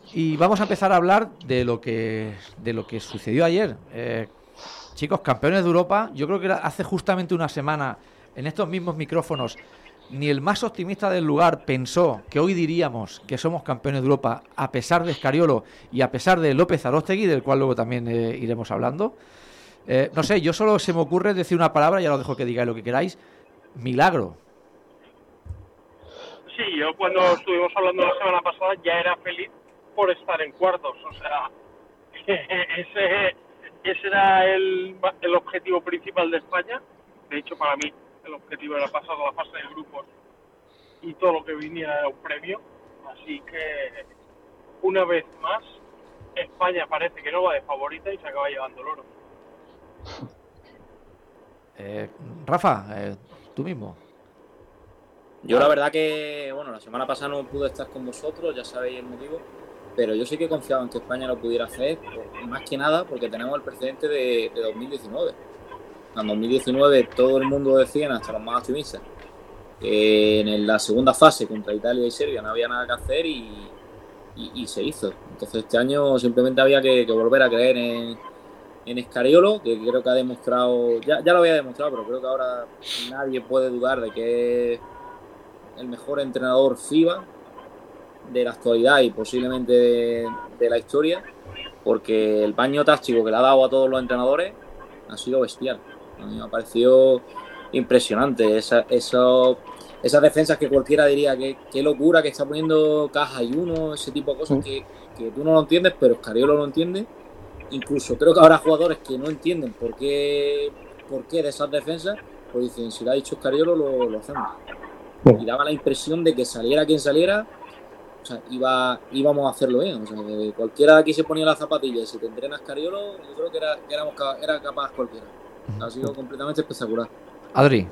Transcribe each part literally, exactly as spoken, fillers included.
Y vamos a empezar a hablar de lo que, de lo que sucedió ayer. Eh, chicos, campeones de Europa, yo creo que hace justamente una semana, en estos mismos micrófonos, ni el más optimista del lugar pensó que hoy diríamos que somos campeones de Europa a pesar de Scariolo y a pesar de López Aróstegui, del cual luego también eh, iremos hablando. Eh, no sé, yo solo se me ocurre decir una palabra, ya os dejo que digáis lo que queráis. Milagro. Sí, yo cuando estuvimos hablando la semana pasada ya era feliz por estar en cuartos, o sea, ese, ese era el, el objetivo principal de España. De hecho, para mí el objetivo era pasar a la fase de grupos y todo lo que viniera era un premio, así que una vez más España parece que no va de favorita y se acaba llevando el oro. Eh, Rafa, eh, tú mismo. Yo la verdad que, bueno, la semana pasada no pude estar con vosotros, ya sabéis el motivo, pero yo sí que confiaba en que España lo pudiera hacer, más que nada porque tenemos el precedente de, de dos mil diecinueve. En dos mil diecinueve todo el mundo decía, hasta los más optimistas, que en la segunda fase contra Italia y Serbia no había nada que hacer y, y, y se hizo. Entonces este año simplemente había que, que volver a creer en, en Scariolo, que creo que ha demostrado, ya, ya lo había demostrado, pero creo que ahora nadie puede dudar de que es el mejor entrenador FIBA de la actualidad y posiblemente de, de la historia, porque el baño táctico que le ha dado a todos los entrenadores ha sido bestial. A mí me ha parecido impresionante. Esa, eso, esas defensas que cualquiera diría que qué locura que está poniendo Caja y uno, ese tipo de cosas que, que tú no lo entiendes, pero Scariolo lo entiende. Incluso creo que habrá jugadores que no entienden por qué, por qué de esas defensas, pues dicen, si lo ha dicho Scariolo, lo, lo hacemos. Y daba la impresión de que saliera quien saliera, o sea, iba, íbamos a hacerlo bien. O sea, que cualquiera de aquí se ponía la zapatilla y si te entrenas Scariolo, yo creo que era, que éramos, era capaz cualquiera. Ha sido completamente espectacular. Adri.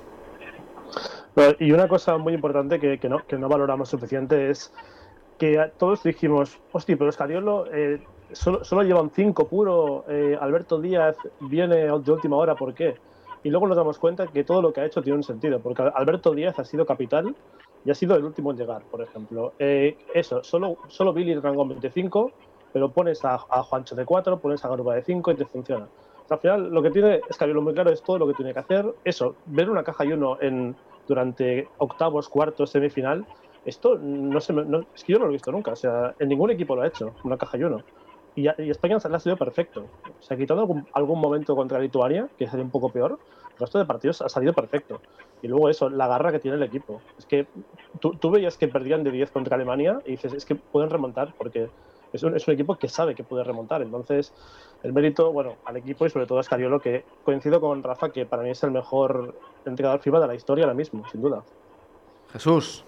Bueno, y una cosa muy importante que, que, no, que no valoramos suficiente es que todos dijimos, hostia, pero Scariolo eh, solo, solo llevan cinco puro, eh, Alberto Díaz viene de última hora, ¿por qué? Y luego nos damos cuenta que todo lo que ha hecho tiene un sentido, porque Alberto Díaz ha sido capital y ha sido el último en llegar, por ejemplo. Eh, eso, solo, solo Billy rangó veinticinco, pero pones a, a Juancho de cuatro, pones a Garuba de cinco y te funciona. O sea, al final, lo que tiene Scariolo muy claro es todo lo que tiene que hacer. Eso, ver una caja y uno en, durante octavos, cuartos, semifinal, esto no se me, no, es que yo no lo he visto nunca. O sea, en ningún equipo lo ha hecho, una caja y uno. Y, y España le ha sido perfecto. O sea, quitando algún, algún momento contra Lituania, que sería un poco peor, el resto de partidos ha salido perfecto. Y luego eso, la garra que tiene el equipo. Es que tú, tú veías que perdían de diez contra Alemania y dices, es que pueden remontar porque es un, es un equipo que sabe que puede remontar. Entonces, el mérito, bueno, al equipo y sobre todo a Scariolo, que coincido con Rafa, que para mí es el mejor entrenador FIBA de la historia ahora mismo, sin duda. Jesús.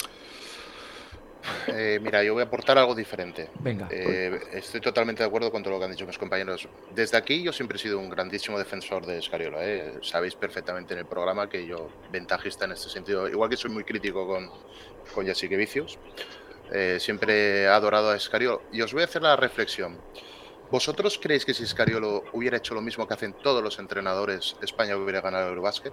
Eh, mira, yo voy a aportar algo diferente. Venga. Eh, estoy totalmente de acuerdo con todo lo que han dicho mis compañeros. Desde aquí yo siempre he sido un grandísimo defensor de Scariolo. ¿eh? Sabéis perfectamente en el programa que yo ventajista en este sentido, igual que soy muy crítico con, con Jessica Vicios, eh, siempre he adorado a Scariolo. Y os voy a hacer la reflexión. ¿Vosotros creéis que si Scariolo hubiera hecho lo mismo que hacen todos los entrenadores, España hubiera ganado el Eurobásquet?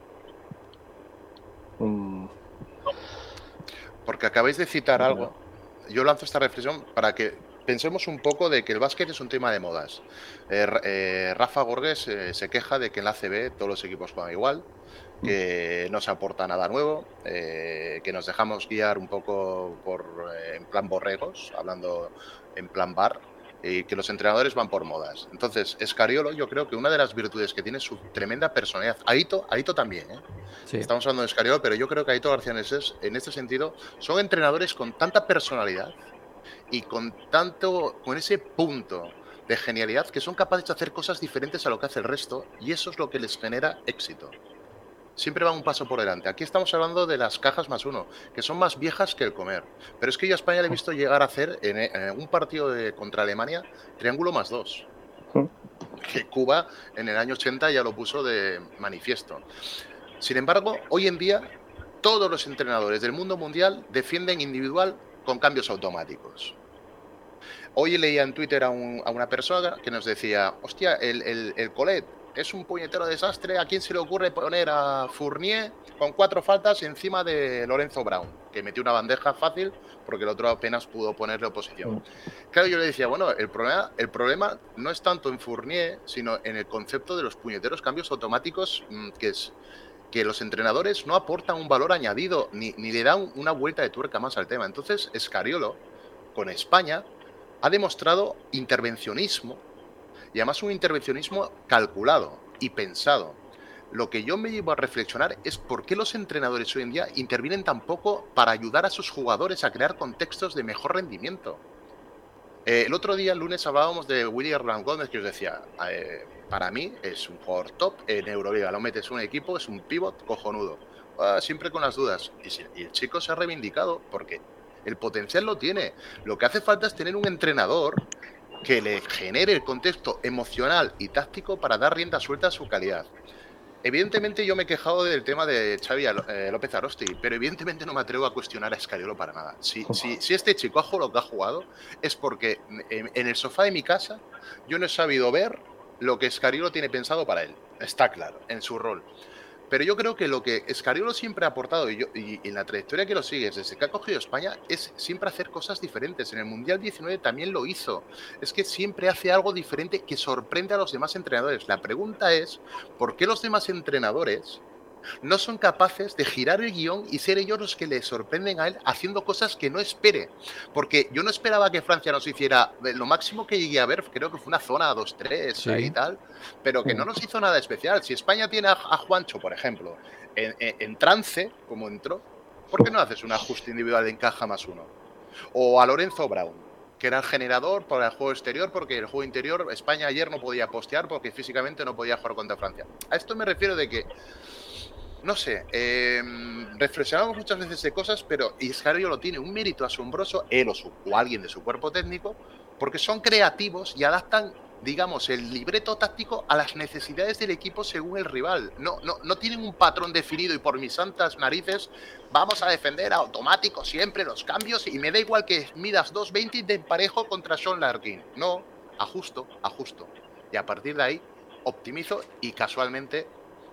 Mm. Porque acabáis de citar no. algo. Yo lanzo esta reflexión para que pensemos un poco de que el básquet es un tema de modas. Eh, eh, Rafa Gorges eh, se queja de que en la A C B todos los equipos juegan igual, que no se aporta nada nuevo, eh, que nos dejamos guiar un poco por eh, en plan borregos, hablando en plan bar, y que los entrenadores van por modas. Entonces, Scariolo, yo creo que una de las virtudes que tiene es su tremenda personalidad. Aito, Aito también, ¿eh? Sí. Estamos hablando de Scariolo, pero yo creo que Aito García Nesés, en este sentido, son entrenadores con tanta personalidad y con tanto, con ese punto de genialidad que son capaces de hacer cosas diferentes a lo que hace el resto, y eso es lo que les genera éxito. Siempre van un paso por delante. Aquí estamos hablando de las cajas más uno, que son más viejas que el comer. Pero es que yo a España le he visto llegar a hacer en, en un partido de, contra Alemania triángulo más dos. Que Cuba en el año ochenta ya lo puso de manifiesto. Sin embargo, hoy en día todos los entrenadores del mundo mundial defienden individual con cambios automáticos. Hoy leía en Twitter a, un, a una persona que nos decía, hostia, el, el, el Colet es un puñetero desastre. ¿A quién se le ocurre poner a Fournier con cuatro faltas encima de Lorenzo Brown? que metió una bandeja fácil porque el otro apenas pudo ponerle oposición. Claro, yo le decía, bueno, el problema, el problema no es tanto en Fournier, sino en el concepto de los puñeteros cambios automáticos, que es que los entrenadores no aportan un valor añadido ni, ni le dan una vuelta de tuerca más al tema. Entonces, Scariolo, con España, ha demostrado intervencionismo, y además un intervencionismo calculado y pensado. Lo que yo me llevo a reflexionar es por qué los entrenadores hoy en día intervienen tan poco para ayudar a sus jugadores a crear contextos de mejor rendimiento. Eh, el otro día, el lunes, hablábamos de William Hernán Gómez, que os decía, eh, para mí es un jugador top en Euroliga, lo metes en un equipo, es un pivot cojonudo, ah, siempre con las dudas. Y, si, y el chico se ha reivindicado porque el potencial lo tiene. Lo que hace falta es tener un entrenador que le genere el contexto emocional y táctico para dar rienda suelta a su calidad. Evidentemente yo me he quejado del tema de Xavi López Arosti, pero evidentemente no me atrevo a cuestionar a Scariolo para nada. Si, si, si este chico ha jugado lo que ha jugado es porque en, en el sofá de mi casa yo no he sabido ver lo que Scariolo tiene pensado para él. Está claro, en su rol. Pero yo creo que lo que Scariolo siempre ha aportado, y, yo, y, y en la trayectoria que lo sigues desde que ha cogido España, es siempre hacer cosas diferentes. En el Mundial diecinueve también lo hizo. Es que siempre hace algo diferente que sorprende a los demás entrenadores. La pregunta es, ¿por qué los demás entrenadores no son capaces de girar el guión y ser ellos los que le sorprenden a él haciendo cosas que no espere? Porque yo no esperaba que Francia nos hiciera, lo máximo que llegué a ver, creo que fue una zona dos tres sí. y tal, pero que no nos hizo nada especial. Si España tiene a, a Juancho, por ejemplo, en, en, en trance, como entró, ¿por qué no haces un ajuste individual en caja más uno? O a Lorenzo Brown, que era el generador para el juego exterior, porque el juego interior, España ayer no podía postear porque físicamente no podía jugar contra Francia. A esto me refiero de que no sé, eh, reflexionamos muchas veces de cosas, pero Scariolo lo tiene un mérito asombroso, él o, su, o alguien de su cuerpo técnico, porque son creativos y adaptan, digamos, el libreto táctico a las necesidades del equipo según el rival. No, no, no tienen un patrón definido y por mis santas narices vamos a defender a automático siempre los cambios y me da igual que midas dos veinte de emparejo contra Sean Larkin. No, ajusto, ajusto. Y a partir de ahí optimizo y casualmente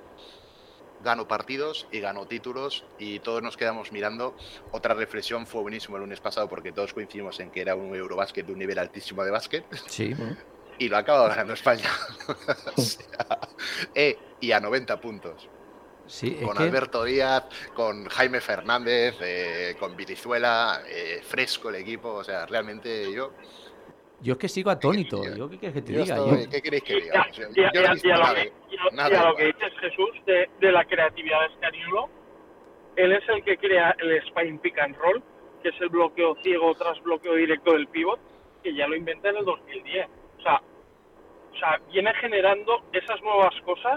gano partidos y gano títulos y todos nos quedamos mirando. Otra reflexión, fue buenísimo el lunes pasado porque todos coincidimos en que era un Eurobásquet de un nivel altísimo de básquet. Sí. Y lo ha acabado ganando España. O sea, eh, y a noventa puntos. Sí, con que... Alberto Díaz, con Jaime Fernández, eh, con Virizuela, eh, fresco el equipo. O sea, realmente yo... Yo es que sigo atónito. ¿Yo qué quieres que te diga? Estoy, yo... ¿Qué queréis que diga? O sea, y, a, yo no he visto y a, nada, lo, que, y a, nada y a lo que dices, Jesús, de, de la creatividad de Scariolo, él es el que crea el spine pick and roll, que es el bloqueo ciego tras bloqueo directo del pivot, que ya lo inventa en el dos mil diez. O sea, o sea viene generando esas nuevas cosas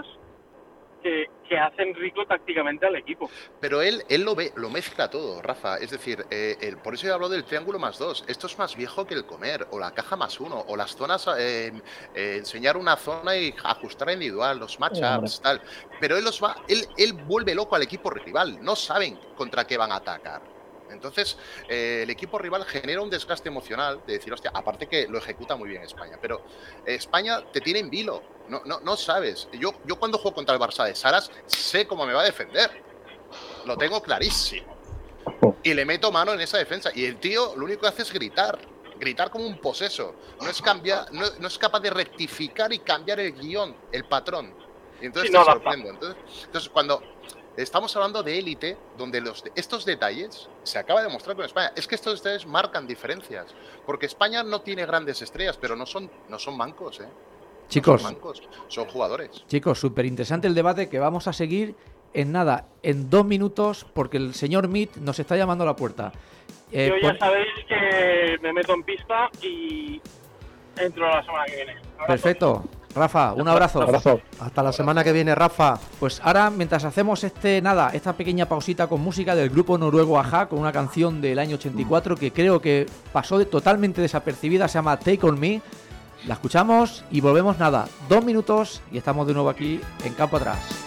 que, que hacen rico tácticamente al equipo. Pero él, él lo ve, lo mezcla todo, Rafa. Es decir, eh, el, por eso yo hablo del triángulo más dos. Esto es más viejo que el comer, o la caja más uno, o las zonas, eh, eh, enseñar una zona y ajustar individual, los matchups, tal. Pero él los va, él, él vuelve loco al equipo rival. No saben contra qué van a atacar. Entonces, eh, el equipo rival genera un desgaste emocional de decir, hostia, aparte que lo ejecuta muy bien España, pero eh, España te tiene en vilo, no, no, no sabes. Yo, yo cuando juego contra el Barça de Saras, sé cómo me va a defender, lo tengo clarísimo. Y le meto mano en esa defensa. Y el tío lo único que hace es gritar, gritar como un poseso. No es, cambiar, no, no es capaz de rectificar y cambiar el guión, el patrón. Y entonces sí, te no, sorprendo. Entonces, entonces, cuando... Estamos hablando de élite, donde los, estos detalles se acaba de mostrar con España. Es que estos detalles marcan diferencias. Porque España no tiene grandes estrellas, pero no son, no son mancos, ¿eh? Chicos, no son mancos, son jugadores. Chicos, súper interesante el debate que vamos a seguir en nada, en dos minutos, porque el señor Mead nos está llamando a la puerta. Eh, Yo ya por... sabéis que me meto en pista y entro la semana que viene. Abrazo. Perfecto. Rafa, un abrazo. abrazo. Hasta la semana que viene, Rafa. Pues ahora, mientras hacemos este nada, esta pequeña pausita con música del grupo noruego A-ha, con una canción del año ochenta y cuatro que creo que pasó de totalmente desapercibida, se llama Take On Me. La escuchamos y volvemos nada, dos minutos y estamos de nuevo aquí en Campo Atrás.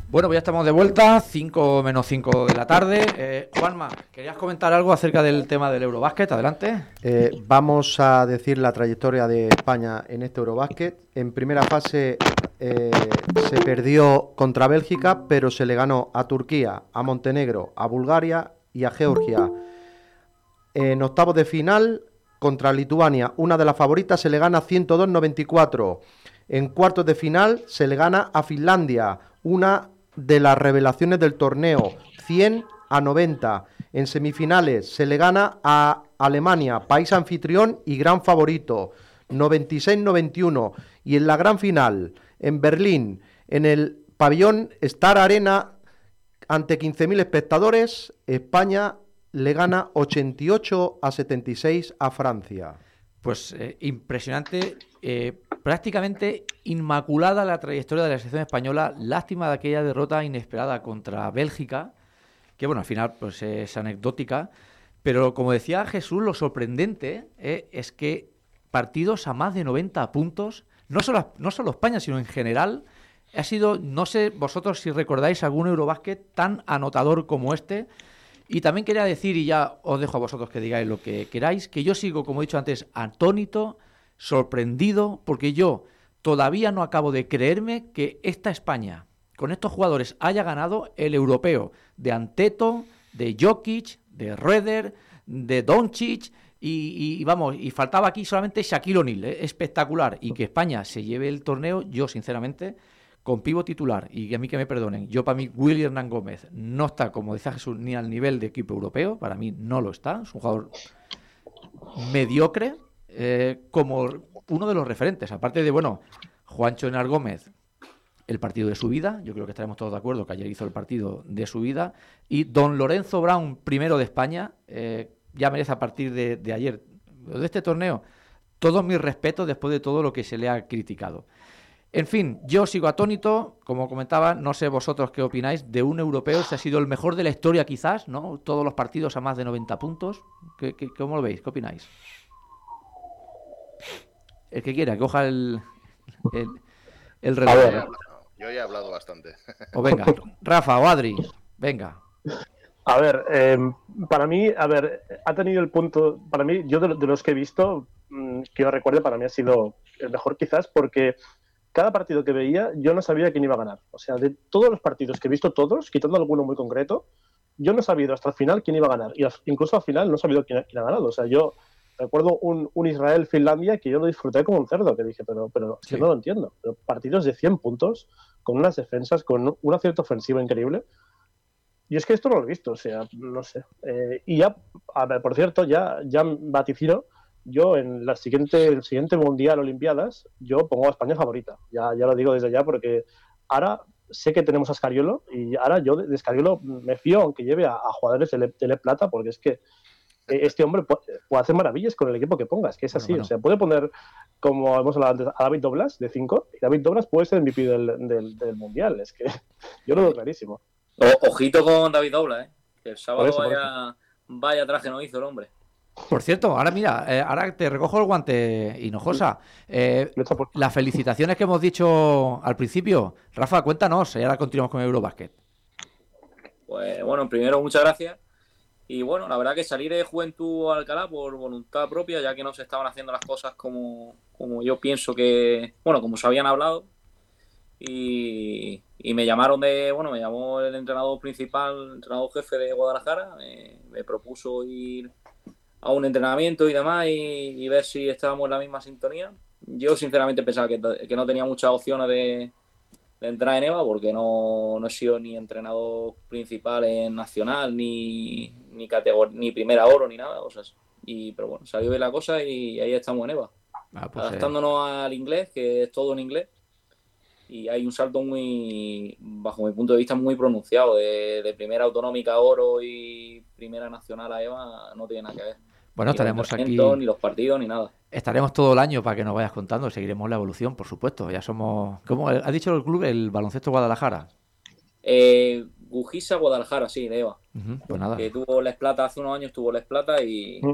Bueno, pues ya estamos de vuelta, cinco menos cinco de la tarde. Eh, Juanma, ¿querías comentar algo acerca del tema del Eurobásquet? Adelante. Eh, vamos a decir la trayectoria de España en este Eurobásquet. En primera fase eh, se perdió contra Bélgica, pero se le ganó a Turquía, a Montenegro, a Bulgaria y a Georgia. En octavos de final, contra Lituania, una de las favoritas, se le gana ciento dos a noventa y cuatro. En cuartos de final se le gana a Finlandia, una de las revelaciones del torneo, cien a noventa. En semifinales se le gana a Alemania, país anfitrión y gran favorito, noventa y seis a noventa y uno. Y en la gran final, en Berlín, en el pabellón Star Arena, ante quince mil espectadores, España le gana ochenta y ocho a setenta y seis a Francia. Pues eh, impresionante, eh, prácticamente inmaculada la trayectoria de la selección española. Lástima de aquella derrota inesperada contra Bélgica, que bueno, al final pues es anecdótica. Pero como decía Jesús, lo sorprendente eh, es que partidos a más de noventa puntos, no solo, no solo España, sino en general, ha sido, no sé vosotros si recordáis algún Eurobásquet tan anotador como este. Y también quería decir, y ya os dejo a vosotros que digáis lo que queráis, que yo sigo, como he dicho antes, atónito, sorprendido, porque yo todavía no acabo de creerme que esta España, con estos jugadores, haya ganado el europeo de Anteto, de Jokic, de Röder, de Doncic, y, y vamos, y faltaba aquí solamente Shaquille O'Neal, ¿eh? Espectacular, y que España se lleve el torneo, yo sinceramente, con pívot titular, y a mí que me perdonen, yo para mí Willy Hernán Gómez no está, como decía Jesús, ni al nivel de equipo europeo, para mí no lo está, es un jugador mediocre, eh, como uno de los referentes, aparte de, bueno, Juancho Hernán Gómez, el partido de su vida, yo creo que estaremos todos de acuerdo que ayer hizo el partido de su vida, y don Lorenzo Brown, primero de España, eh, ya merece a partir de, de ayer, de este torneo, todos mis respetos después de todo lo que se le ha criticado. En fin, yo sigo atónito, como comentaba, no sé vosotros qué opináis, de un europeo, si ha sido el mejor de la historia quizás, ¿no? Todos los partidos a más de noventa puntos. ¿Qué, qué, ¿Cómo lo veis? ¿Qué opináis? El que quiera, que coja el, el, el reloj. A ver, yo ya he hablado bastante. O venga, Rafa o Adri, venga. A ver, eh, para mí, a ver, ha tenido el punto, para mí, yo de, de los que he visto, mmm, que yo recuerde, para mí ha sido el mejor quizás porque cada partido que veía yo no sabía quién iba a ganar. O sea, de todos los partidos que he visto todos, quitando alguno muy concreto, yo no he sabido hasta el final quién iba a ganar. Y incluso al final no he sabido quién, quién ha ganado. O sea, yo recuerdo un, un Israel-Finlandia que yo lo disfruté como un cerdo, que dije, pero, pero es que sí. No lo entiendo. Pero partidos de cien puntos, con unas defensas, con una cierta ofensiva increíble. Y es que esto no lo he visto, o sea, no sé. Eh, y ya, a ver, por cierto, ya, ya vaticino, yo en la siguiente, el siguiente Mundial Olimpiadas, yo pongo a España favorita. Ya, ya lo digo desde ya porque ahora sé que tenemos a Scariolo y ahora yo de, de Scariolo me fío, aunque lleve a, a jugadores de Le, de Le Plata, porque es que este hombre puede, puede hacer maravillas con el equipo que ponga, es que es así. Bueno, bueno. O sea, puede poner, como hemos hablado antes, a David Doblas de cinco, y David Doblas puede ser M V P del, del, del Mundial. Es que yo lo veo clarísimo. O, ojito con David Doblas, ¿eh? Que el sábado eso, vaya, vaya traje no hizo el hombre. Por cierto, ahora mira, eh, ahora te recojo el guante, Hinojosa. Eh, las felicitaciones que hemos dicho al principio. Rafa, cuéntanos, y ahora continuamos con el Eurobásquet. Pues bueno, primero muchas gracias. Y bueno, la verdad que salir de Juventud a Alcalá por voluntad propia, ya que no se estaban haciendo las cosas como, como yo pienso que, bueno, como se habían hablado. Y, y me llamaron de, bueno, me llamó el entrenador principal, el entrenador jefe de Guadalajara, me, me propuso ir a un entrenamiento y demás y, y ver si estábamos en la misma sintonía. Yo sinceramente pensaba que, que no tenía muchas opciones de, de entrar en EVA porque no, no he sido ni entrenador principal en Nacional, ni, ni, categor- ni Primera Oro, ni nada. O sea, y, pero bueno, salió bien la cosa y ahí estamos en EVA. Ah, pues adaptándonos eh. al inglés, que es todo en inglés. Y hay un salto muy, bajo mi punto de vista, muy pronunciado. De, de primera autonómica a oro y primera nacional a EVA no tiene nada que ver. Bueno, ni estaremos aquí. Ni los partidos, ni nada. Estaremos todo el año para que nos vayas contando. Seguiremos la evolución, por supuesto. Ya somos. ¿Cómo ha dicho el club? El Baloncesto Guadalajara. Eh, Gujisa Guadalajara, sí, de EVA. Uh-huh, pues nada. Que tuvo Les Plata hace unos años, tuvo Les Plata y. Uh-huh.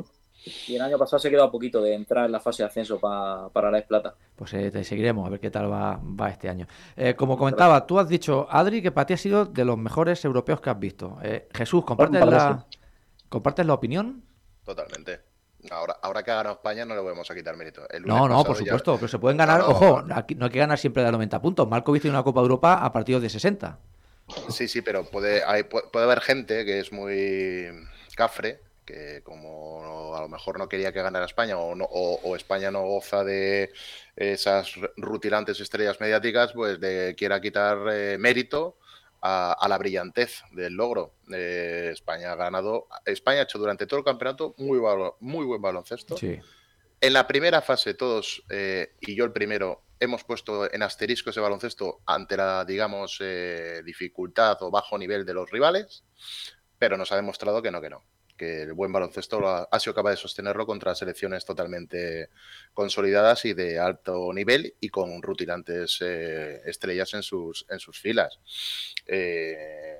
Y el año pasado se quedó a poquito de entrar en la fase de ascenso pa, para la Plata. Pues eh, te seguiremos a ver qué tal va, va este año. Eh, como comentaba, tú has dicho, Adri, que para ti ha sido de los mejores europeos que has visto. Eh, Jesús, ¿compartes la, ¿compartes la opinión? Totalmente. Ahora, ahora que ha ganado España no le vamos a quitar mérito. El lunes No, no, pasado por ya- supuesto, pero se pueden ganar, No, no, ojo, aquí no hay que ganar siempre de noventa puntos. Malkovich tiene una Copa de Europa a partidos de sesenta. Sí, sí, pero puede, hay- pu- puede haber gente que es muy cafre, que como a lo mejor no quería que ganara España o, no, o, o España no goza de esas rutilantes estrellas mediáticas, pues de quiera quitar eh, mérito a, a la brillantez del logro. Eh, España ha ganado, España ha hecho durante todo el campeonato muy, balo- muy buen baloncesto. Sí. En la primera fase todos, eh, y yo el primero, hemos puesto en asterisco ese baloncesto ante la, digamos, eh, dificultad o bajo nivel de los rivales, pero nos ha demostrado que no, que no, que el buen baloncesto lo ha, ha sido capaz de sostenerlo contra selecciones totalmente consolidadas y de alto nivel y con rutilantes eh, estrellas en sus, en sus filas. Eh,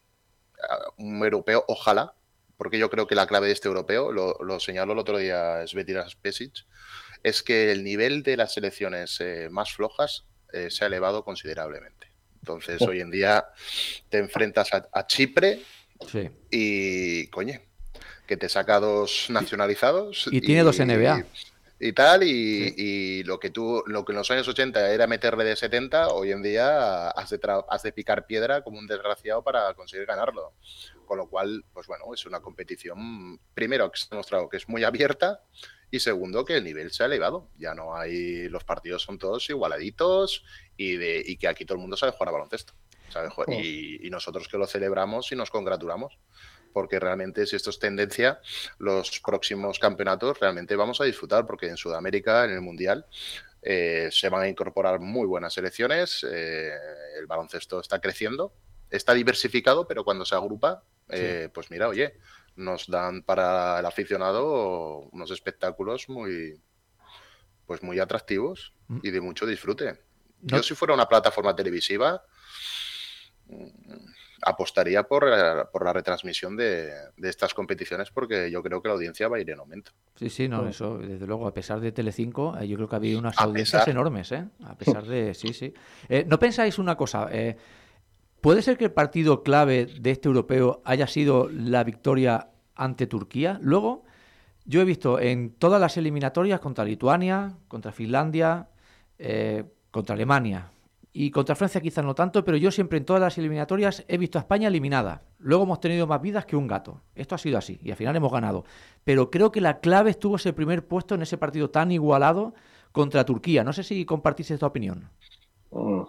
un europeo, ojalá, porque yo creo que la clave de este europeo, lo, lo señaló el otro día Svetiras Pesic, es que el nivel de las selecciones eh, más flojas eh, se ha elevado considerablemente. Entonces, Oh. hoy en día te enfrentas a, a Chipre Sí. y, coño, que te saca dos nacionalizados. Y tiene dos N B A. Y tal, y, Sí. y lo que tú, lo que en los años ochenta era meterle de setenta, hoy en día has de, tra- has de picar piedra como un desgraciado para conseguir ganarlo. Con lo cual, pues bueno, es una competición, primero, que se ha demostrado que es muy abierta, y segundo, que el nivel se ha elevado. Ya no hay, los partidos son todos igualaditos, y, de, y que aquí todo el mundo sabe jugar a baloncesto. ¿Sabe jugar? Oh. Y, y nosotros que lo celebramos y nos congratulamos. Porque realmente, si esto es tendencia, los próximos campeonatos realmente vamos a disfrutar, porque en Sudamérica, en el Mundial, eh, se van a incorporar muy buenas selecciones, eh, el baloncesto está creciendo, está diversificado, pero cuando se agrupa, eh, pues mira, oye, nos dan para el aficionado unos espectáculos muy, pues muy atractivos y de mucho disfrute. No- Yo, si fuera una plataforma televisiva, apostaría por, eh, por la retransmisión de, de estas competiciones, porque yo creo que la audiencia va a ir en aumento. Sí, sí, no, Oh. eso, desde luego, a pesar de Telecinco, eh, yo creo que ha habido unas A audiencias pesar. enormes, ¿eh? A pesar de, sí, sí. Eh, ¿no pensáis una cosa? Eh, ¿puede ser que el partido clave de este europeo haya sido la victoria ante Turquía? Luego, yo he visto en todas las eliminatorias contra Lituania, contra Finlandia, eh, contra Alemania y contra Francia quizás no tanto, pero yo siempre en todas las eliminatorias he visto a España eliminada. Luego hemos tenido más vidas que un gato. Esto ha sido así y al final hemos ganado. Pero creo que la clave estuvo ese primer puesto en ese partido tan igualado contra Turquía. No sé si compartís esta opinión. Mm.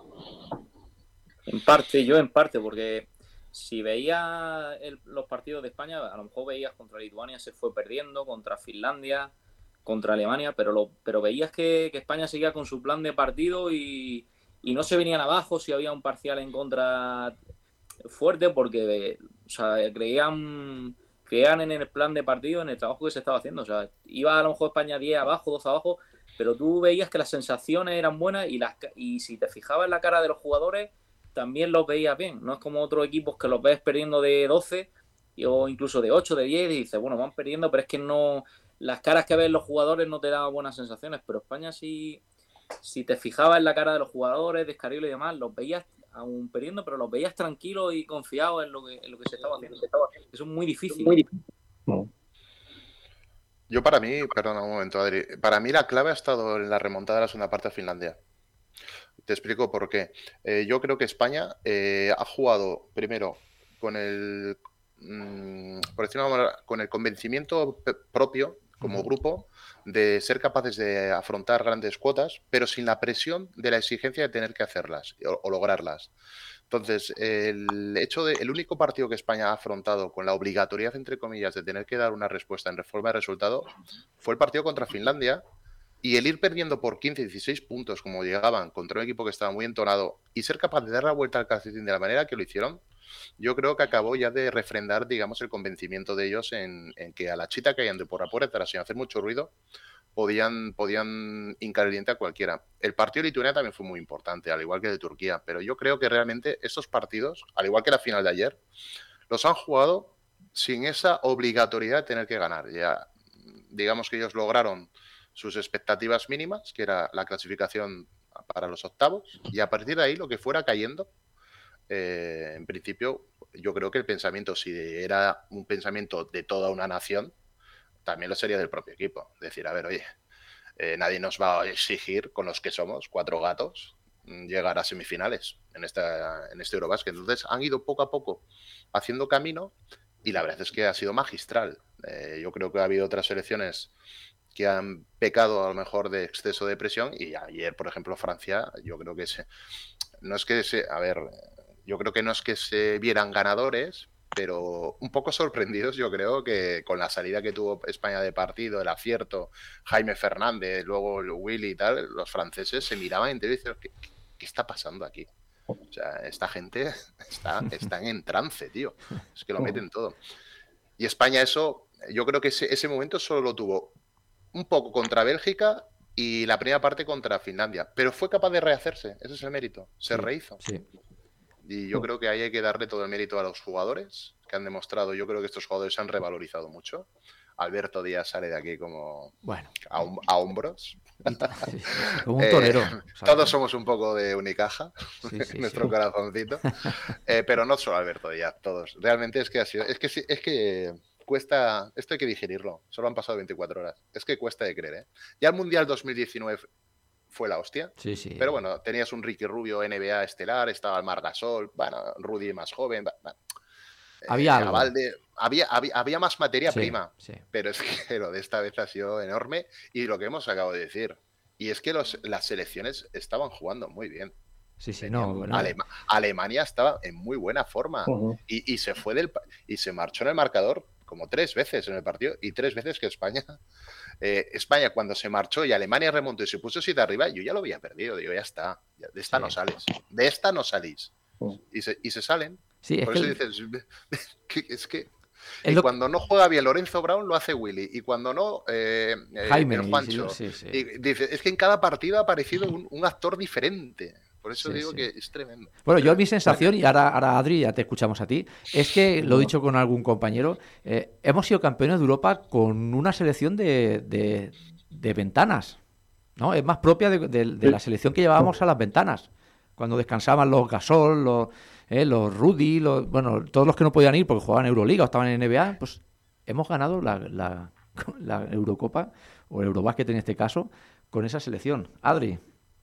En parte, yo en parte, porque si veías el- los partidos de España, a lo mejor veías contra Lituania se fue perdiendo, contra Finlandia, contra Alemania, pero lo, pero veías que, que España seguía con su plan de partido y, y no se venían abajo si había un parcial en contra fuerte, porque o sea, creían, creían en el plan de partido, en el trabajo que se estaba haciendo. O sea, iba a lo mejor España diez abajo, doce abajo, pero tú veías que las sensaciones eran buenas y, las, y si te fijabas en la cara de los jugadores, también los veías bien. No es como otros equipos que los ves perdiendo de doce o incluso de ocho, de diez, y dices, bueno, van perdiendo, pero es que no, las caras que ven los jugadores no te daban buenas sensaciones. Pero España, sí, si te fijabas en la cara de los jugadores, Descarril y demás, los veías aún perdiendo, pero los veías tranquilos y confiados en lo que, en lo que se estaba haciendo. Eso es muy difícil. Muy difícil. No. Yo, para mí, perdona un momento, Adri, para mí la clave ha estado en la remontada de la segunda parte a Finlandia. Te explico por qué. Eh, yo creo que España eh, ha jugado primero con el, mmm, por decirlo de una manera, con el convencimiento pe- propio como grupo de ser capaces de afrontar grandes cuotas, pero sin la presión de la exigencia de tener que hacerlas o, o lograrlas. Entonces, el hecho de el único partido que España ha afrontado con la obligatoriedad, entre comillas, de tener que dar una respuesta en reforma de resultado fue el partido contra Finlandia. Y el ir perdiendo por quince, dieciséis puntos, como llegaban, contra un equipo que estaba muy entonado, y ser capaz de dar la vuelta al calcetín de la manera que lo hicieron, yo creo que acabó ya de refrendar, digamos, el convencimiento de ellos en, en que a la chita que hayan de por la puerta, sin hacer mucho ruido, podían, podían hincar el diente a cualquiera. El partido de Lituania también fue muy importante, al igual que el de Turquía, pero yo creo que realmente estos partidos, al igual que la final de ayer, los han jugado sin esa obligatoriedad de tener que ganar. Ya digamos que ellos lograron sus expectativas mínimas, que era la clasificación para los octavos, y a partir de ahí lo que fuera cayendo, eh, en principio, yo creo que el pensamiento, si era un pensamiento de toda una nación, también lo sería del propio equipo. Decir, a ver, oye, eh, nadie nos va a exigir, con los que somos, cuatro gatos, llegar a semifinales en, esta, en este Eurobasket. Entonces han ido poco a poco haciendo camino y la verdad es que ha sido magistral. Eh, yo creo que ha habido otras selecciones que han pecado a lo mejor de exceso de presión y ayer, por ejemplo, Francia, yo creo que se, no es que se, a ver, yo creo que no es que se vieran ganadores, pero un poco sorprendidos, yo creo, que con la salida que tuvo España de partido, el acierto, Jaime Fernández, luego el Willy y tal, los franceses se miraban entre ellos y decían, ¿qué, qué está pasando aquí? O sea, esta gente está, está en trance, tío. Es que lo meten todo. Y España eso, yo creo que ese, ese momento solo lo tuvo un poco contra Bélgica y la primera parte contra Finlandia, pero fue capaz de rehacerse, ese es el mérito, se Sí, rehizo. sí. Y yo creo que ahí hay que darle todo el mérito a los jugadores que han demostrado. Yo creo que estos jugadores se han revalorizado mucho. Alberto Díaz sale de aquí como Bueno, a, hom- a hombros. y ta- sí, como un torero. Eh, ¿sabes? todos somos un poco de Unicaja, Sí, sí, nuestro sí. corazoncito. Eh, pero no solo Alberto Díaz, todos. Realmente es que ha sido. Es que, sí- es que cuesta. Esto hay que digerirlo. Solo han pasado veinticuatro horas. Es que cuesta de creer, ¿eh? Ya el Mundial dos mil diecinueve fue la hostia. Sí, sí. Pero bueno, tenías un Ricky Rubio N B A estelar, estaba el Marc Gasol, bueno, Rudy más joven, bueno, Había eh, algo. Avalde, había, había, había más materia Sí, prima, sí. pero es que lo de esta vez ha sido enorme y lo que hemos acabado de decir. Y es que los, las selecciones estaban jugando muy bien. Sí, sí, Venían- no, bueno, Alema- Alemania estaba en muy buena forma Ujú. y, y se fue del pa- y se marchó en el marcador como tres veces en el partido y tres veces que España eh, España cuando se marchó y Alemania remontó y se puso siete arriba, yo ya lo había perdido, digo, ya está, ya- de esta Sí. no sales, de esta no salís. Mm. Y se, y se salen. sí, es Por que eso el- dices, que- es que es y lo que- cuando no juega bien Lorenzo Brown lo hace Willy y cuando no eh, eh, Jaime, el Juancho. sí, sí. Y dice, es que en cada partido ha aparecido un, un actor diferente. Por eso Sí, digo sí. que es tremendo. Bueno, yo mi sensación, y ahora, ahora Adri, ya te escuchamos a ti, es que, lo he dicho con algún compañero, eh, hemos sido campeones de Europa con una selección de, de- de ventanas, ¿no? Es más propia de, de- de la selección que llevábamos a las ventanas, cuando descansaban los Gasol, los, eh, los Rudy, los, bueno, todos los que no podían ir porque jugaban Euroliga o estaban en N B A, pues hemos ganado la, la, la Eurocopa, o el Eurobasket en este caso, con esa selección. Adri.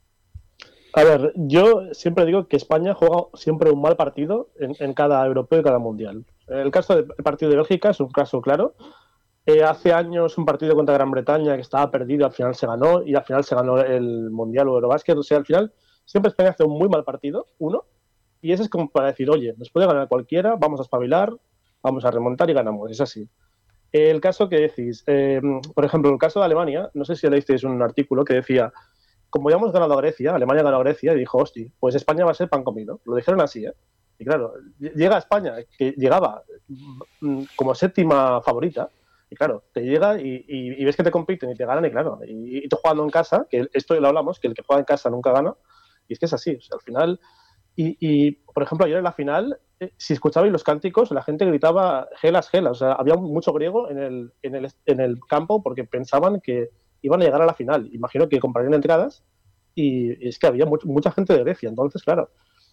A ver, yo siempre digo que España juega siempre un mal partido en, en cada europeo y cada mundial. El caso del partido de Bélgica es un caso claro. Eh, hace años un partido contra Gran Bretaña que estaba perdido, al final se ganó y al final se ganó el mundial o Eurobasket. O sea, al final siempre España hace un muy mal partido, uno, y ese es como para decir, oye, nos puede ganar cualquiera, vamos a espabilar, vamos a remontar y ganamos. Es así. El caso que decís, eh, por ejemplo, el caso de Alemania, no sé si leísteis un artículo que decía, como ya hemos ganado a Grecia, Alemania ganó a Grecia y dijo, hostia, pues España va a ser pan comido. Lo dijeron así, ¿eh? Y claro, llega a España, que llegaba mm, como séptima favorita, y claro, te llega y, y, y ves que te compiten y te ganan, y claro, y, y tú jugando en casa, que esto lo hablamos, que el que juega en casa nunca gana, y es que es así, o sea, al final, y, y por ejemplo, ayer en la final, eh, si escuchabais los cánticos, la gente gritaba gelas, gelas, o sea, había mucho griego en el, en el, en el campo porque pensaban que iban a llegar a la final. Imagino que comprarían entradas y, y es que había much, mucha gente de Grecia. Entonces, claro,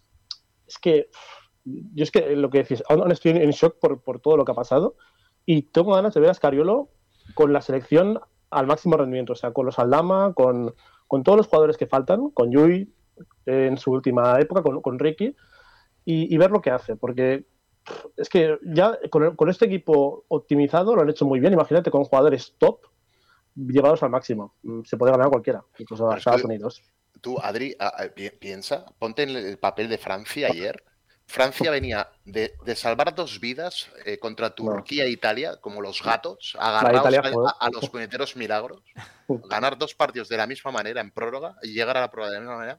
es que yo es que lo que decís, aún estoy en shock por, por todo lo que ha pasado y tengo ganas de ver a Scariolo con la selección al máximo rendimiento, o sea, con los Aldama, con, con todos los jugadores que faltan, con Yui eh, en su última época, con, con Ricky, y, y ver lo que hace, porque es que ya con, con este equipo optimizado lo han hecho muy bien. Imagínate con jugadores top llevados al máximo. Se puede ganar cualquiera, incluso a Estados Unidos. Tú, Adri, a, a, piensa, ponte en el papel de Francia ayer. Francia venía de, de salvar dos vidas eh, contra Turquía e Italia, como los gatos, agarrados a, a los puñeteros milagros, ganar dos partidos de la misma manera en prórroga y llegar a la prueba de la misma manera.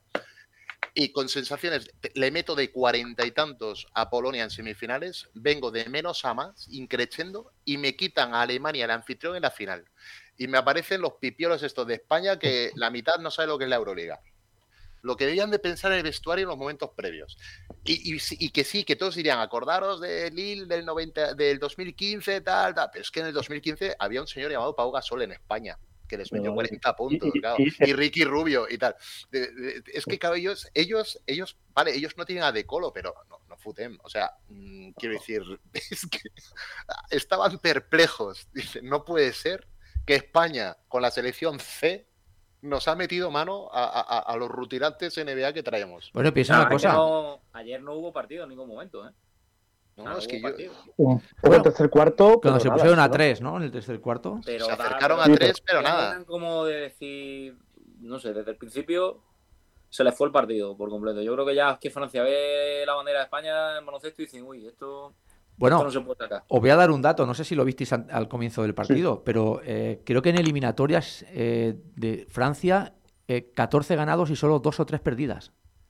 Y con sensaciones, le meto de cuarenta y tantos a Polonia en semifinales, vengo de menos a más, increciendo, y me quitan a Alemania, el anfitrión, en la final. Y me aparecen los pipiolos estos de España que la mitad no sabe lo que es la Euroliga. lo que debían de pensar en el vestuario en los momentos previos. Y, y, y que sí, que todos dirían, acordaros de Lille del, noventa, del dos mil quince, tal, tal. Pero es que en el dos mil quince había un señor llamado Pau Gasol en España, que les metió cuarenta puntos, y, claro. Y, y, y Ricky Rubio y tal. De, de, es que, claro, ellos, ellos, ellos, vale, ellos no tienen a De Colo, pero no, no futen. O sea, mmm, quiero decir, es que estaban perplejos. Dicen, no puede ser que España, con la selección C, nos ha metido mano a, a, a los rutilantes N B A que traemos. Bueno, piensa una cosa. No, ayer no hubo partido en ningún momento, ¿eh? No, no, es que yo... Un bueno, tercer cuarto. Cuando se nada, pusieron a tres, ¿no? En el tercer cuarto. Pero se da, acercaron pero, a tres, pero nada. Como de decir, no sé, desde el principio se les fue el partido por completo. Yo creo que ya es que Francia ve la bandera de España en baloncesto y dicen, uy, esto... Bueno, Esto no se puede sacar. Os voy a dar un dato, no sé si lo visteis al, al comienzo del partido, sí. pero eh, creo que en eliminatorias eh, de Francia, eh, catorce ganados y solo dos o tres perdidas.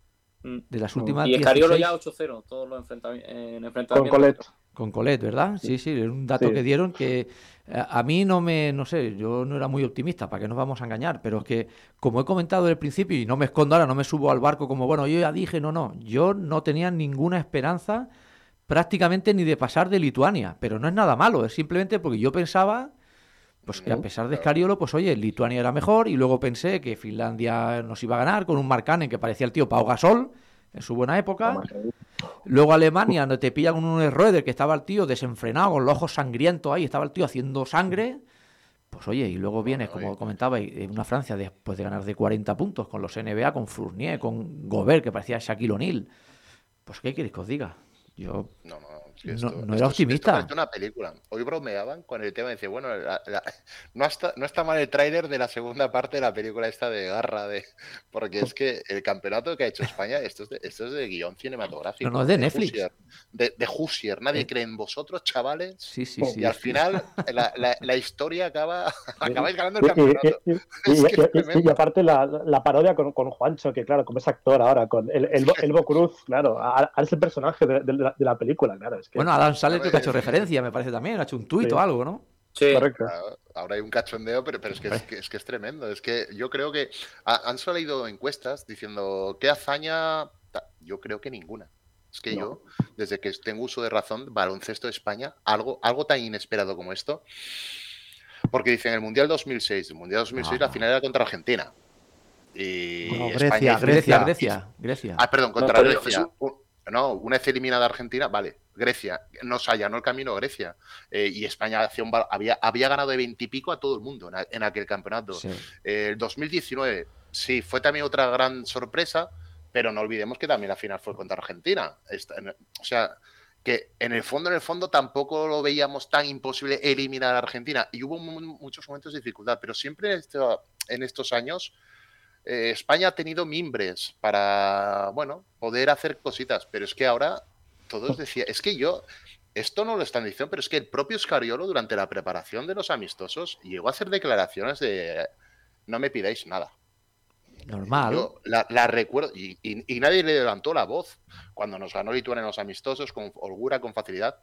De las últimas y Escariolo ya ocho cero, todos los enfrentami en enfrentamientos. Con Colette. Con Colette, ¿verdad? Sí, sí, es un dato sí. que dieron que a, a mí no me, no sé, yo no era muy optimista, para que nos vamos a engañar, pero es que, como he comentado desde el principio, y no me escondo ahora, no me subo al barco como, bueno, yo ya dije, no, no, yo no tenía ninguna esperanza prácticamente ni de pasar de Lituania, pero no es nada malo, es simplemente porque yo pensaba pues que a pesar de Escariolo, pues oye, Lituania era mejor, y luego pensé que Finlandia nos iba a ganar con un Markkanen que parecía el tío Pau Gasol en su buena época. Luego Alemania, donde te pillan con un Schröder que estaba el tío desenfrenado, con los ojos sangrientos ahí, estaba el tío haciendo sangre. Pues oye, y luego vienes, como comentaba, una Francia después de ganar de cuarenta puntos con los N B A, con Fournier, con Gobert, que parecía Shaquille O'Neal. Pues ¿qué queréis que os diga? Yo no, no, es que esto, no, no era esto, optimista. Esto es una película. Hoy bromeaban con el tema de decir, bueno, la, la, no, está, no está mal el tráiler de la segunda parte de la película esta de Garra, de porque es que el campeonato que ha hecho España, esto es de, esto es de guión cinematográfico. No, no es de, de Netflix. Hussier, de, de Hussier. Nadie eh. cree en vosotros, chavales. Sí, sí, y sí. al sí. final la, la, la historia acaba, acabáis ganando el campeonato. Y, y, y, es que y, y, y aparte la, la parodia con, con Juancho, que claro, como es actor ahora, con el, el, el Elbo Cruz, claro, ahora es el personaje de, de, la, de la película. Claro, es que... Bueno, Adam Sandler creo que ha hecho referencia, me parece también, ha hecho un tuit sí. o algo, ¿no? Sí, correcto. Claro, ahora hay un cachondeo, pero, pero es, que es, que, es que es tremendo. Es que yo creo que ha, han salido encuestas diciendo qué hazaña. Yo creo que ninguna. Es que no. yo, desde que tengo uso de razón, baloncesto de España, algo, algo tan inesperado como esto. Porque dicen el Mundial dos mil seis, el Mundial dos mil seis, ah, la final era contra Argentina. Y no, Grecia, España, Grecia, Grecia, Grecia. Ah, perdón, contra no, Grecia. No, una vez eliminada Argentina, vale, Grecia, nos allanó el camino a Grecia. Eh, y España hacía un, había, había ganado de veintipico a todo el mundo en, en aquel campeonato. Sí. Eh, el dos mil diecinueve, sí, fue también otra gran sorpresa, pero no olvidemos que también la final fue contra Argentina. Esta, en, o sea, que en el fondo, en el fondo, tampoco lo veíamos tan imposible eliminar a Argentina. Y hubo muchos momentos de dificultad, pero siempre en, este, en estos años... Eh, España ha tenido mimbres para, bueno, poder hacer cositas, pero es que ahora todos decían, es que yo, esto no lo están diciendo, pero es que el propio Scariolo durante la preparación de los amistosos llegó a hacer declaraciones de no me pidáis nada. Normal. Yo la, la recuerdo y, y, y nadie le levantó la voz cuando nos ganó Lituania en los amistosos con holgura, con facilidad.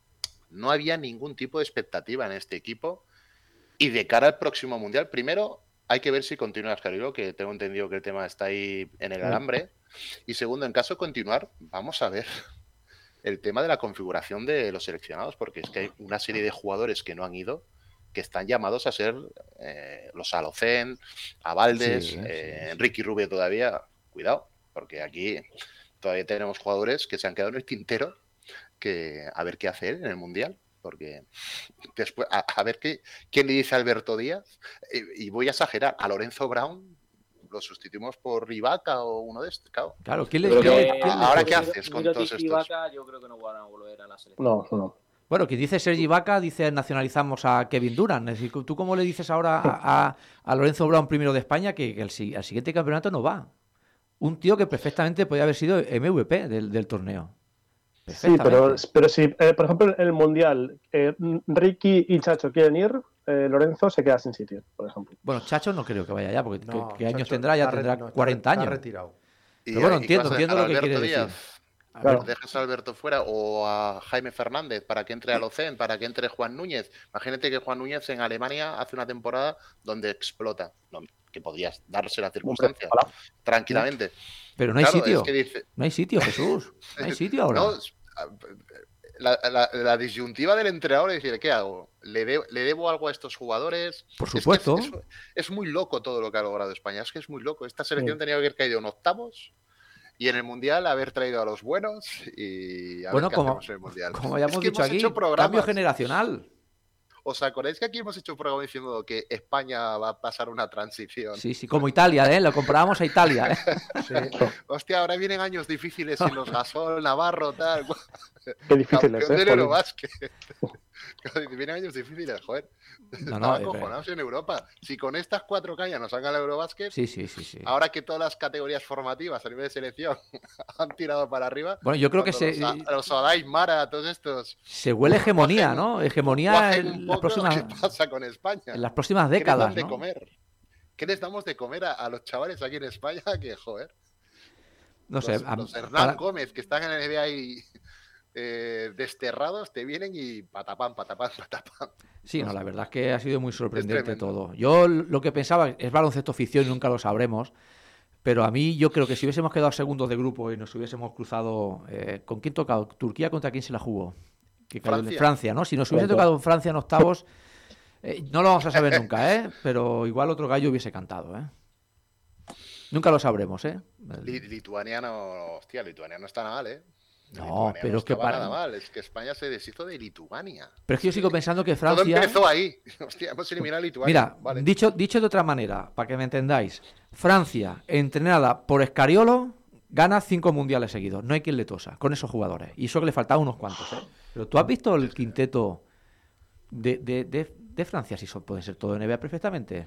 No había ningún tipo de expectativa en este equipo y de cara al próximo Mundial, primero hay que ver si continúa Scariolo, que tengo entendido que el tema está ahí en el alambre. Y segundo, en caso de continuar, vamos a ver el tema de la configuración de los seleccionados, porque es que hay una serie de jugadores que no han ido, que están llamados a ser eh, los Alocen, a Valdes, sí, eh, sí, sí. Ricky Rubio todavía. Cuidado, porque aquí todavía tenemos jugadores que se han quedado en el tintero, que a ver qué hacer en el Mundial. Porque después, a, a ver qué, quién le dice a Alberto Díaz, y, y voy a exagerar, a Lorenzo Brown lo sustituimos por Ibaka o uno de estos, claro. Claro, ¿quién le, que, ¿quién, ¿quién ahora le qué haces con todos estos? Ibaka, yo creo que no van a volver a la selección. No, no. Bueno, quien dice Sergi Ibaka dice nacionalizamos a Kevin Durant. Es decir, ¿tú cómo le dices ahora a, a, a Lorenzo Brown, primero de España, que, que el, al siguiente campeonato no va? Un tío que perfectamente podía haber sido M V P del, del torneo. Sí, pero, pero si, eh, por ejemplo, en el Mundial, eh, Ricky y Chacho quieren ir, eh, Lorenzo se queda sin sitio, por ejemplo. Bueno, Chacho no creo que vaya ya, porque no, ¿qué, qué años Chacho tendrá? Ya re, tendrá no, cuarenta está, años. Está retirado. Pero bueno, y, entiendo, y entiendo lo que Alberto quiere Díaz, decir. Claro. Dejas a Alberto fuera o a Jaime Fernández para que entre a Locen, para que entre Juan Núñez. Imagínate que Juan Núñez en Alemania hace una temporada donde explota. No, que podía darse la circunstancia Hombre, ojalá. tranquilamente. Pero no hay Claro, sitio. es que dice, No hay sitio, Jesús. No hay sitio ahora. no, la, la- la disyuntiva del entrenador es decir, ¿qué hago? ¿Le, de- le debo algo a estos jugadores? Por Es que supuesto. Es, es- es muy loco todo lo que ha logrado España. Es que es muy loco. Esta selección Sí. tenía que haber caído en octavos y en el Mundial haber traído a los buenos y a Bueno, ver qué como, hacemos en el Mundial. como ya Es hemos que dicho hemos aquí, hecho programas. cambio generacional. ¿Os acordáis que aquí hemos hecho un programa diciendo que España va a pasar una transición? Sí, sí, como Italia, ¿eh? Lo comparábamos a Italia, ¿eh? Sí. Hostia, ahora vienen años difíciles sin los Gasol, Navarro, tal. Qué difícil es, Campeón ¿eh? del Poli? Eurobásquet. Vienen años difíciles, joder. No, no, Estaba es acojonados en Europa. Si con estas cuatro cañas nos sacan el Eurobásquet, Sí, sí, sí, sí. ahora que todas las categorías formativas a nivel de selección han tirado para arriba. Bueno, yo creo que cuando se, Los, los Adai, Mara, todos estos. se huele hegemonía, ¿no? Hegemonía Bajen un en las poco lo próximas, que pasa con España. en las próximas ¿Qué les dan décadas, de ¿no? comer? ¿Qué les damos de comer a, a los chavales aquí en España? Que joder. No sé. los, a- los Hernán para- Gómez, que están en el N B A y eh, desterrados, te vienen y patapán, patapán, patapán. Sí, no, la verdad es que ha sido muy sorprendente tremendo. todo. Yo lo que pensaba es baloncesto ficción y nunca lo sabremos, pero a mí yo creo que si hubiésemos quedado segundos de grupo y nos hubiésemos cruzado, eh, ¿con quién tocado? ¿Turquía contra quién se la jugó? Que cayó en Francia. Francia, ¿no? Si nos hubiese Francia. tocado en Francia en octavos, eh, no lo vamos a saber nunca, ¿eh? Pero igual otro gallo hubiese cantado, ¿eh? Nunca lo sabremos, ¿eh? Li- Lituania no, hostia, Lituania no está nada mal, ¿eh? No, Lituania pero no es que estaba para- nada mal, es que España se deshizo de Lituania. Pero es que yo sigo pensando que Todo Francia... empezó ahí. Hostia, hemos eliminado a Lituania. Mira, vale. dicho, dicho de otra manera, para que me entendáis, Francia, entrenada por Escariolo, gana cinco mundiales seguidos. No hay quien le tosa con esos jugadores. Y eso que le faltaban unos cuantos, ¿eh? Pero tú has visto el quinteto de, de, de, de Francia, si son, pueden ser todo N B A perfectamente.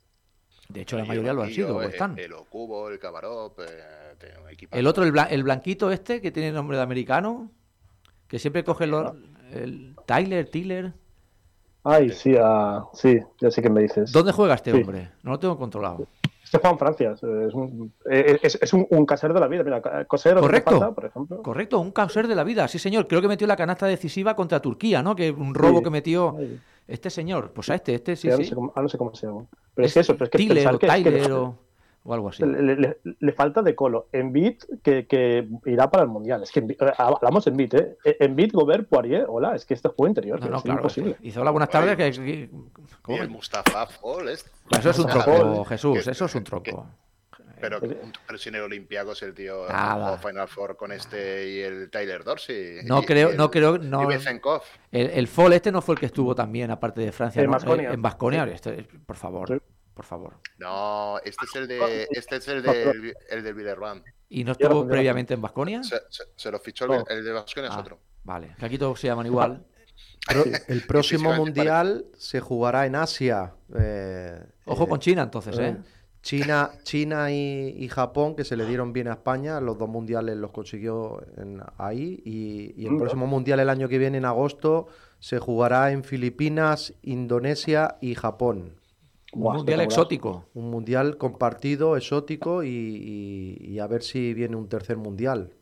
De hecho, la Y mayoría el lo han sido, o Banquillo, están. El, el Okubo, el Kabarov, eh, tiene un equipazo. El otro, el, bla- el blanquito este, que tiene nombre de americano, que siempre coge los, el Tyler, Tiller. Ay, sí, ah, sí, ya sé qué me dices. ¿Dónde juega este Sí. hombre? No lo tengo controlado. Este juega en Francia. Es un, es, es un, un caser de la vida. Mira, coser o Correcto. falta, por ejemplo. Correcto, un cáncer de la vida, sí señor. Creo que metió la canasta decisiva contra Turquía, ¿no? Que un robo Sí. que metió Ay, este señor. Pues a este, este sí, sí, ahora, no sí. sé cómo, ahora no sé cómo se llama. Pero es, que eso, pero es que Tiller pensar o que, es que Tyler le, o, o algo así. le, le- le falta de colo. Embiid que, que irá para el Mundial. Es que Embiid- eh, hablamos de Embiid, ¿eh? Embiid, Gobert, Poirier, hola, es que este juego interior. No, que no, es claro. imposible. Hizo la buenas tardes. Que, que- Y ¿cómo el me- Mustafa Fall, este. Eso es un Mustafa troco, Fall, Jesús, que- eso es un que- troco. Pero, pero sin el Olympiacos, el tío Nada. jugó Final Four con este y el Tyler Dorsey. No y- creo, y no el- creo, Y no. Bezenkov. El, el Fall este no fue el que estuvo también, aparte de Francia, En ¿no? Baskonia. Eh, En Baskonia, este- por favor, Sí. por favor. No, este es el de este es el del el del Villarreal. ¿Y no Ya lo estuvo pondré. previamente en Baskonia? Se, se- se lo fichó el, No. el de Vasconia es Ah, otro. vale, que aquí todos se llaman igual. Pro- el próximo físicamente mundial se jugará en Asia. eh, Ojo eh, con China entonces, ¿eh? China, China y, y Japón, que se le dieron bien a España, los dos mundiales los consiguió en- ahí. Y, y el Mm. próximo mundial, el año que viene, en agosto, se jugará en Filipinas, Indonesia y Japón. Un Buah, mundial espectacular. exótico. Un mundial compartido, exótico y, y- y a ver si viene un tercer mundial.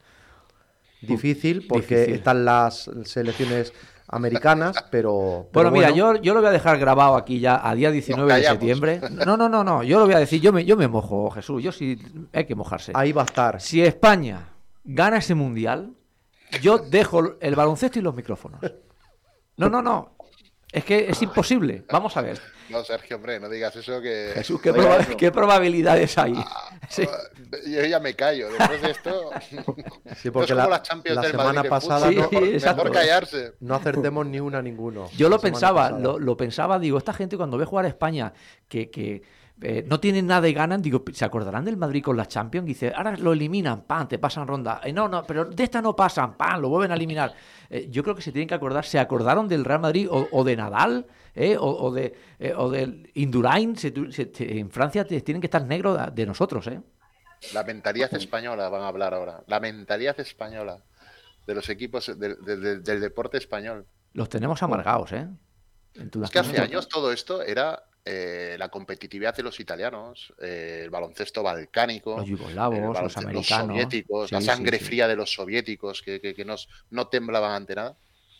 Difícil porque Difícil. están las selecciones americanas, pero, pero Bueno, mira, yo, yo lo voy a dejar grabado aquí ya a día diecinueve de callamos. septiembre. No, no, no, no, yo lo voy a decir, yo me, yo me mojo, Jesús, yo sí, hay que mojarse. ahí va a estar. Si España gana ese mundial, yo dejo el baloncesto y los micrófonos. No, no, no, es que es imposible. Vamos a ver, No, Sergio, hombre, no digas eso que Jesús, ¿qué, Oiga, proba- eso. qué probabilidades hay? Sí. yo ya me callo. Después de esto, Sí, no porque es como la, las Champions la del semana Madrid de pasada fútbol, no, Sí, mejor, exacto. mejor callarse. no acertemos ni una ninguno. Yo lo la semana pensaba, pasada. lo, lo pensaba, digo, esta gente cuando ve jugar a España, que, que eh, no tienen nada y ganan, digo, ¿se acordarán del Madrid con la Champions? Dice, ahora lo eliminan, pan, te pasan ronda. Eh, no, no, pero de esta no pasan, pan, lo vuelven a eliminar. Eh, yo creo que se tienen que acordar, ¿se acordaron del Real Madrid o, o de Nadal? Eh, o, o de eh, o del Indurain? Se tu- se- te- en Francia te- tienen que estar negros de, de nosotros, ¿eh? La mentalidad española van a hablar ahora. La mentalidad española de los equipos del, del- del- del deporte español. Los tenemos amargados, ¿eh? En tu Es que hace nacionalidad. años todo esto era eh, la competitividad de los italianos, eh, el baloncesto balcánico, Los yugoslavos, el los baloncesto- americanos. soviéticos, la Sí, sangre sí, sí. fría de los soviéticos que, que, que nos, no temblaban ante nada.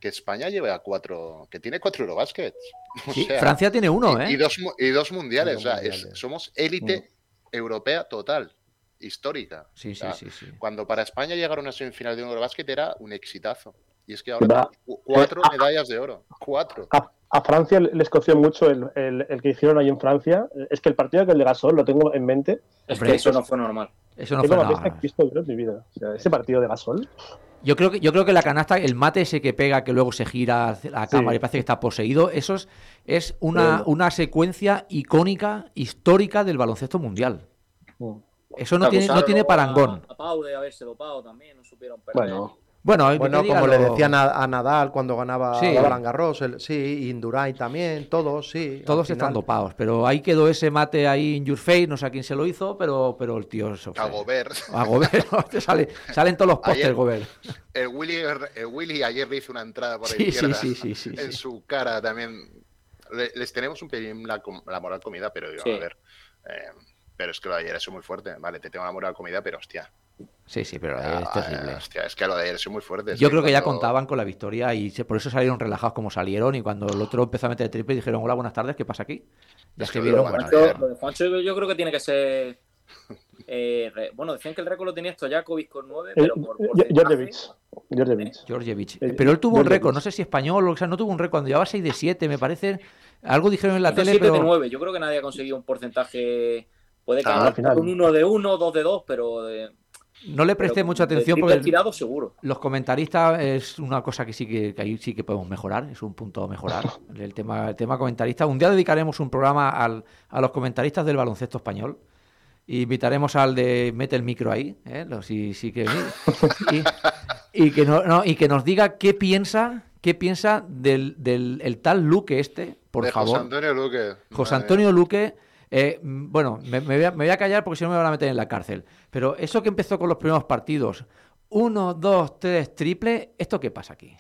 que España lleva cuatro, que tiene cuatro Eurobaskets. O Sí, sea, Francia tiene uno, y, ¿eh? y dos, mu- y dos mundiales. Y dos o sea, es- mundiales. somos élite europea total, histórica. Sí, O sí, sea, sí, sí. Cuando para España llegar a una semifinal de un Eurobasket era un exitazo. Y es que ahora Va. tenemos cu- cuatro Eh, ah. medallas de oro. Cuatro. A, a Francia les coció mucho el, el, el que hicieron ahí en Francia. Es que el partido que el de Gasol lo tengo en mente. Es Hombre, que eso no fue normal. Eso no es fue lo nada. más bestia que he visto yo en mi vida. O sea, ese partido de Gasol. Yo creo que yo creo que la canasta, el mate ese que pega, que luego se gira a la Sí. cámara y parece que está poseído, eso es, es una, Tremendo. una secuencia icónica, histórica del baloncesto mundial. Mm. Eso no tiene, no tiene parangón. A, a Pau de haberse dopado también, no supieron perder. Bueno, Bueno, que Bueno, te diga como le lo- decían a, a Nadal cuando ganaba Sí. Roland Garros, el- sí, Indurain también, todos, sí. todos al están final. dopados, pero ahí quedó ese mate ahí in your face, no sé a quién se lo hizo, pero, pero el tío... Eso fue- A Gobert. A Gobert, te sale, salen todos los pósters, Ayer- Gobert. El Willy, el Willy ayer le hizo una entrada por la Sí, sí, izquierda sí, sí, sí, en sí. su cara también. Le- les tenemos un pelín la, com- la moral comida, pero yo, Sí. a ver. eh, pero es que lo de ayer es muy fuerte. Vale, te tengo la moral comida, pero hostia. Sí, sí, pero es ah, terrible. hostia, es que lo de ayer es muy fuerte. es Yo creo que ya cuando- contaban con la victoria y se- por eso salieron relajados como salieron. Y cuando el otro empezó a meter triple dijeron: hola, buenas tardes, ¿qué pasa aquí? Ya Es se que vieron. lo bueno, Juancho- Juancho- lo de Juancho yo, yo creo que tiene que ser. eh, re- bueno, decían que el récord lo tenía Stojakovic con nueve, Eh, pero por Ge- porcentaje- Georgievich. Georgievich. Georgievich. Eh, Pero él tuvo un Georgievich. récord, no sé si español o sea, no tuvo un récord cuando llevaba seis de siete, me parece. Algo dijeron en la Hizo tele, siete de pero nueve. Yo creo que nadie ha conseguido un porcentaje. Puede que Ah, haya al final. un uno de uno, dos de dos, pero. eh, no le presté pero mucha de atención triple porque tirado seguro. los comentaristas es una cosa que sí que, que ahí sí que podemos mejorar, es un punto a mejorar. El tema, el tema comentarista. Un día dedicaremos un programa al, a los comentaristas del baloncesto español. Invitaremos al de mete el micro ahí, ¿eh? Lo- si, si que, y, y que no, no, y que nos diga qué piensa, qué piensa del, del el tal Luque este, por de favor. José Antonio Luque. José Madre Antonio Luque, eh, mm, bueno, me, me voy a, me voy a callar porque si no me van a meter en la cárcel. Pero eso que empezó con los primeros partidos, uno, dos, tres, triple, ¿esto qué pasa aquí?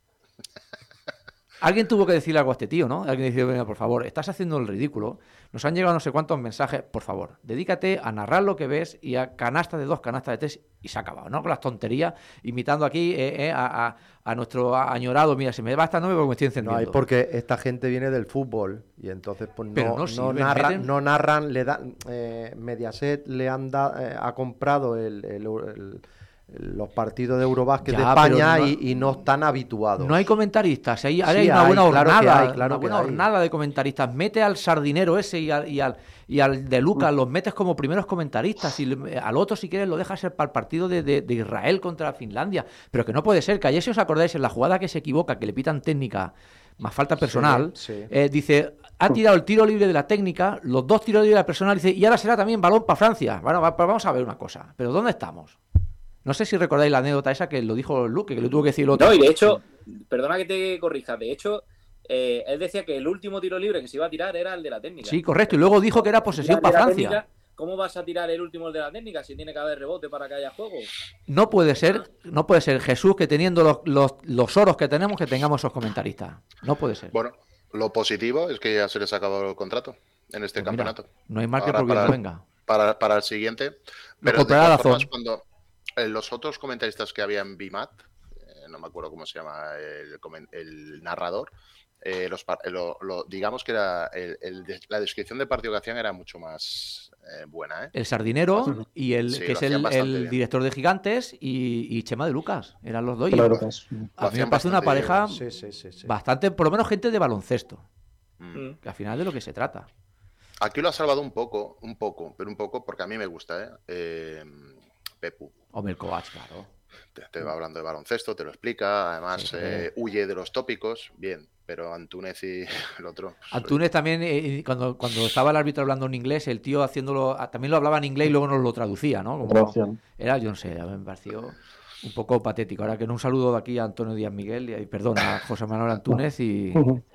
Alguien tuvo que decirle algo a este tío, ¿no? Alguien dijo: venga, por favor, estás haciendo el ridículo. Nos han llegado no sé cuántos mensajes. Por favor, dedícate a narrar lo que ves y a canasta de dos, canasta de tres y se ha acabado, ¿no? Con las tonterías, imitando aquí eh, eh, a, a- a nuestro añorado. Mira, se me va esta nube porque me estoy No, encendiendo. es porque esta gente viene del fútbol y entonces pues no, Pero no no sirven, narran, meten- no narran, le dan eh, Mediaset le han da- eh, ha comprado el, el- el- los partidos de Eurobásquet Ya, de España pero no- y, y no están habituados. No hay comentaristas, ahí, ahora Sí, hay una hay, buena claro que hornada, hay, claro una que buena hay. hornada de comentaristas. Mete al sardinero ese y al, y al, y al de Lucas, los metes como primeros comentaristas y le- al otro si quieres lo dejas ser para el partido de, de- de Israel contra Finlandia. Pero que no puede ser, que ayer si os acordáis en la jugada que se equivoca, que le pitan técnica más falta personal, Sí, sí. eh, dice, ha tirado el tiro libre de la técnica, los dos tiros libres de la personal, dice, y ahora será también balón para Francia. Bueno, va- pero vamos a ver una cosa, pero ¿dónde estamos? No sé si recordáis la anécdota esa que lo dijo Luque, que le tuvo que decir el otro. No, y de hecho, perdona que te corrija, de hecho, eh, él decía que el último tiro libre que se iba a tirar era el de la técnica. Sí, correcto, y luego dijo que era posesión El de para la Francia. técnica, ¿cómo vas a tirar el último el de la técnica si tiene que haber rebote para que haya juego? No puede ser, no puede ser Jesús que teniendo los, los, los oros que tenemos que tengamos esos comentaristas. No puede ser. Bueno, lo positivo es que ya se les ha acabado el contrato en este Pues mira, campeonato. no hay mal que Ahora por bien para- no venga. Para, para el siguiente. Lo Pero de comprará todas Dazón. formas, cuando eh, los otros comentaristas que había en B M A T, eh, no me acuerdo cómo se llama el, comen- el narrador, eh, los, par- lo, lo- digamos que era el- el de- la descripción del partido que hacían era mucho más eh, buena. ¿eh? El sardinero y el Sí, que lo es hacían el, bastante el bien. director de Gigantes y, y Chema de Lucas. Eran los dos. Y Claro a que es. mí me hacían parece una bastante pareja Sí, sí, sí, sí. bastante, por lo menos gente de baloncesto. Mm. Que al final de lo que se trata. Aquí lo ha salvado un poco, un poco, pero un poco, porque a mí me gusta, ¿eh? Eh, Pepu. Hombre, el Kovacs, claro. Te, te va hablando de baloncesto, te lo explica, además Sí. eh, huye de los tópicos, bien, pero Antúnez y el otro. pues, Antúnez también, eh, cuando, cuando estaba el árbitro hablando en inglés, el tío haciéndolo, ah, también lo hablaba en inglés y luego nos lo traducía, ¿no? Como- Traducción. Era, yo no sé, me pareció un poco patético. Ahora que no un saludo de aquí a Antonio Díaz Miguel, y, perdón, a José Manuel Antúnez y,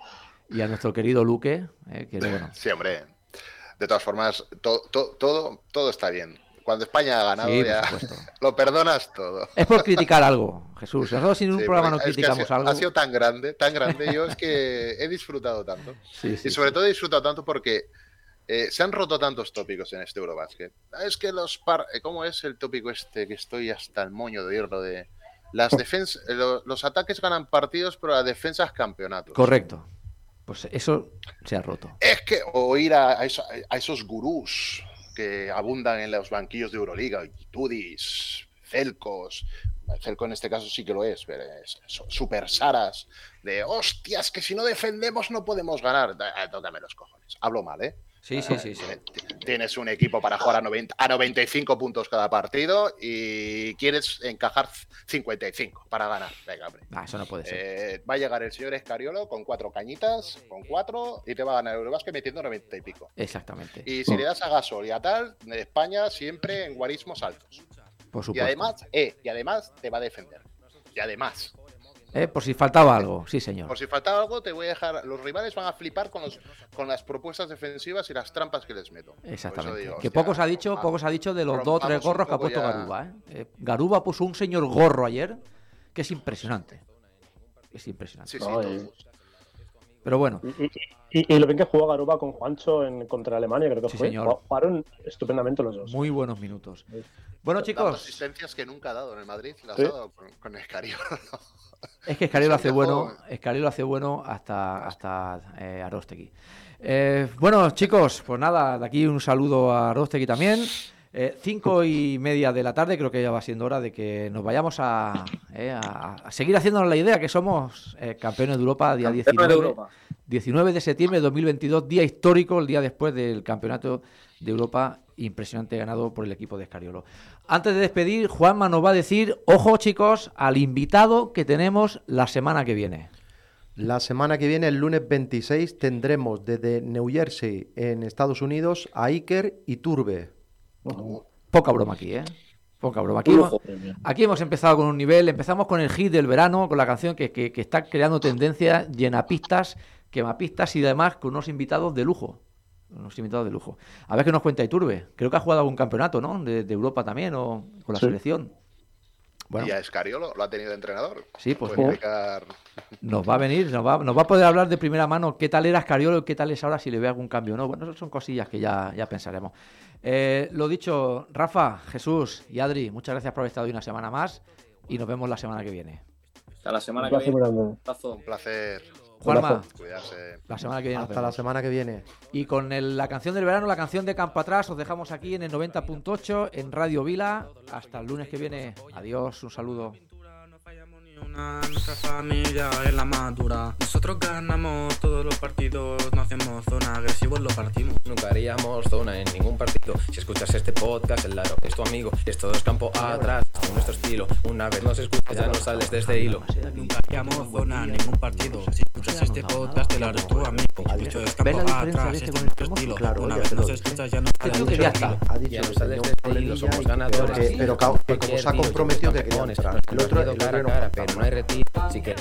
y a nuestro querido Luque, eh, que bueno. Sí, hombre. De todas formas, to- to- todo, todo está bien. Cuando España ha ganado, Sí, por ya supuesto. lo perdonas todo. Es por criticar algo, Jesús. Nosotros sin un Sí, programa no porque es que criticamos ha sido, algo. ha sido tan grande, tan grande. Yo es que he disfrutado tanto. Sí, sí, Y sobre sí. todo he disfrutado tanto porque eh, se han roto tantos tópicos en este Eurobasket. Ah, Es que los par... eh, ¿Cómo es el tópico este que estoy hasta el moño de oírlo de las defens los, los ataques ganan partidos, pero las defensas campeonatos. Correcto. Pues eso se ha roto. Es que oír a, a, esos, a esos gurús que abundan en los banquillos de Euroliga, Tudis, Celcos, Celco en este caso sí que lo es, pero es super saras, de hostias, que si no defendemos no podemos ganar. Tócame los cojones. Hablo mal, ¿eh? Sí, sí, sí, sí. Tienes un equipo para jugar a, noventa, a noventa y cinco puntos cada partido y quieres encajar cincuenta y cinco para ganar. Venga, hombre. Ah, eso no puede ser. Eh, va a llegar el señor Escariolo con cuatro cañitas, con cuatro, y te va a ganar el Eurobasket metiendo noventa y pico. Exactamente. Y si le das a Gasol y a tal, España siempre en guarismos altos. Por supuesto. Y además, eh, y además te va a defender. Y además... Eh, por si faltaba algo, sí señor. Por si faltaba algo, te voy a dejar. Los rivales van a flipar con los con las propuestas defensivas y las trampas que les meto. Exactamente. Digo, que hostia, pocos ha dicho, pocos ha dicho de los dos o tres gorros que ha puesto ya... Garuba. ¿eh? Eh, Garuba puso un señor gorro ayer que es impresionante. Es impresionante. Sí, sí, Ay. Pero bueno. Y, y, y lo bien que jugó Garuba con Juancho en, contra Alemania, creo que Sí, fue. señor. Jugaron estupendamente los dos. Muy buenos minutos. Bueno, Dando chicos. asistencias que nunca ha dado en el Madrid, las ¿Sí? ha dado con, con Escariolo. Es que Escariolo hace dejó- bueno, Escariolo hace bueno hasta, hasta eh, Aróstegui. Eh, bueno, chicos, pues nada, de aquí un saludo a Aróstegui también. Eh, cinco y media de la tarde, creo que ya va siendo hora de que nos vayamos a, eh, a, a seguir haciéndonos la idea que somos eh, campeones de Europa, día Campeones de diecinueve, Europa. diecinueve de septiembre de dos mil veintidós, día histórico, el día después del campeonato de Europa, impresionante ganado por el equipo de Escariolo. Antes de despedir, Juanma nos va a decir, ojo chicos, al invitado que tenemos la semana que viene. La semana que viene, el lunes veintiséis, tendremos desde New Jersey, en Estados Unidos, a Iker Iturbe. Poca broma aquí, ¿eh? Poca broma. Aquí Un hemos, lujo. aquí hemos empezado con un nivel, empezamos con el hit del verano, con la canción que, que, que está creando tendencia, llena pistas, quema pistas y además con unos invitados de lujo. Unos invitados de lujo. A ver qué nos cuenta Iturbe. Creo que ha jugado algún campeonato, ¿no? De, de Europa también o con la Sí. selección. Bueno, Y a Escariolo lo ha tenido de entrenador. sí, pues Puede mira, explicar- nos va a venir, nos va, nos va a poder hablar de primera mano qué tal era Escariolo y qué tal es ahora, si le ve algún cambio o no. Bueno, esas son cosillas que ya, ya pensaremos. Eh, lo dicho, Rafa, Jesús y Adri, muchas gracias por haber estado hoy una semana más y nos vemos la semana que viene. Hasta la semana Un que placer viene. muy grande. Un abrazo. Un placer. Juanma, Cuidarse. la semana que viene nos Hasta la vemos. semana que viene. Y con el- la canción del verano, la canción de Campo Atrás, os dejamos aquí en el noventa punto ocho en Radio Vila. Hasta el lunes que viene. Adiós, un saludo. No fallamos ni una, nuestra familia es la más dura. Nosotros ganamos todos los partidos, no hacemos zona, agresivos lo partimos. Nunca haríamos zona en ningún partido. Si escuchas este podcast, el Laro es tu amigo. Esto es campo atrás, a nuestro estilo. Una vez nos escuchas, ya no sales de este hilo. Nunca haríamos zona en ningún partido. Si escuchas este podcast, te lo haré tu amigo. Esto es ¿Ves campo la diferencia atrás, de este es con el nuestro famoso? estilo. Claro, Una ya vez te lo nos digo. escuchas, ya no Este sales tío de que ya este está. estilo. Ha dicho Ya no que sales tenía de un este hilo, problemilla somos y- ganadores. pero que- pero ca- que como se ha comprometido que quería entrar. El otro, el otro no. cara, pero no hay retiro. Si quieres